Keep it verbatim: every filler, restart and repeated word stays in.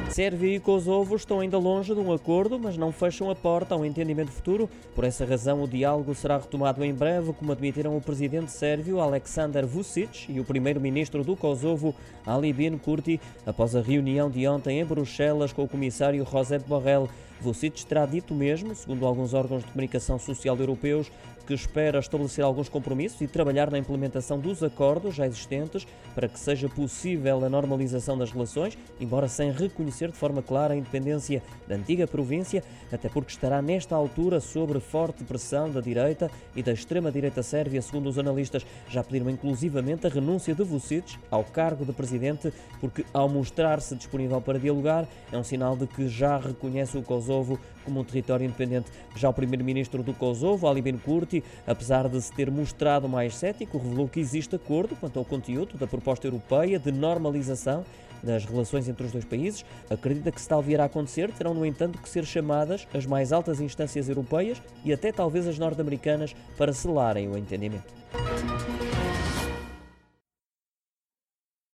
Sérvia e Kosovo estão ainda longe de um acordo, mas não fecham a porta a um entendimento futuro. Por essa razão, o diálogo será retomado em breve, como admitiram o presidente sérvio Aleksandar Vučić e o primeiro-ministro do Kosovo, Albin Kurti, após a reunião de ontem em Bruxelas com o comissário Josep Borrell. Vučić terá dito mesmo, segundo alguns órgãos de comunicação social europeus, que espera estabelecer alguns compromissos e trabalhar na implementação dos acordos já existentes para que seja possível a normalização das relações, embora sem reconhecer de forma clara a independência da antiga província, até porque estará nesta altura sob forte pressão da direita e da extrema-direita sérvia, segundo os analistas. Já pediram inclusivamente a renúncia de Vučić ao cargo de presidente, porque ao mostrar-se disponível para dialogar, é um sinal de que já reconhece o Kosovo como um território independente. Já o primeiro-ministro do Kosovo, Albin Kurti, apesar de se ter mostrado mais cético, revelou que existe acordo quanto ao conteúdo da proposta europeia de normalização das relações entre os dois países. Acredita que se tal vier a acontecer, terão, no entanto, que ser chamadas as mais altas instâncias europeias e até talvez as norte-americanas para selarem o entendimento.